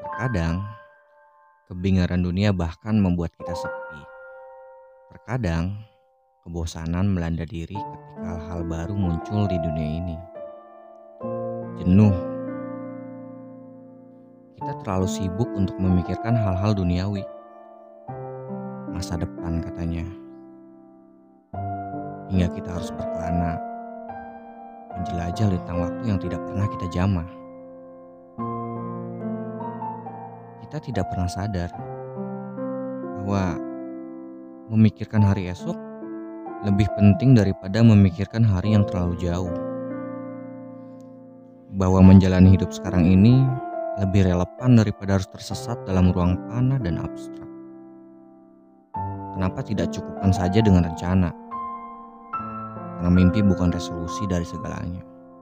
Terkadang, kebingaran dunia bahkan membuat kita sepi. Terkadang, kebosanan melanda diri ketika hal-hal baru muncul di dunia ini. Jenuh, kita terlalu sibuk untuk memikirkan hal-hal duniawi. Masa depan katanya. Hingga kita harus berkelana, menjelajah lintang waktu yang tidak pernah kita jamah. Kita tidak pernah sadar bahwa memikirkan hari esok lebih penting daripada memikirkan hari yang terlalu jauh. Bahwa menjalani hidup sekarang ini lebih relevan daripada harus tersesat dalam ruang panah dan abstrak. Kenapa tidak cukupkan saja dengan rencana? Karena mimpi bukan resolusi dari segalanya.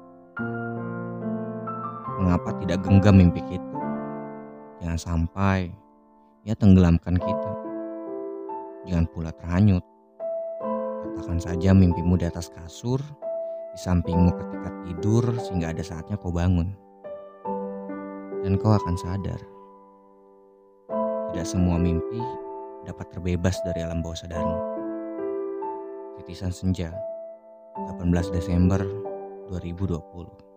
Mengapa tidak genggam mimpi kita? Jangan sampai ia tenggelamkan kita. Jangan pula terhanyut. Letakkan saja mimpimu di atas kasur, di sampingmu ketika tidur, sehingga ada saatnya kau bangun. Dan kau akan sadar, tidak semua mimpi dapat terbebas dari alam bawah sadarmu. Titisan Senja, 18 Desember 2020.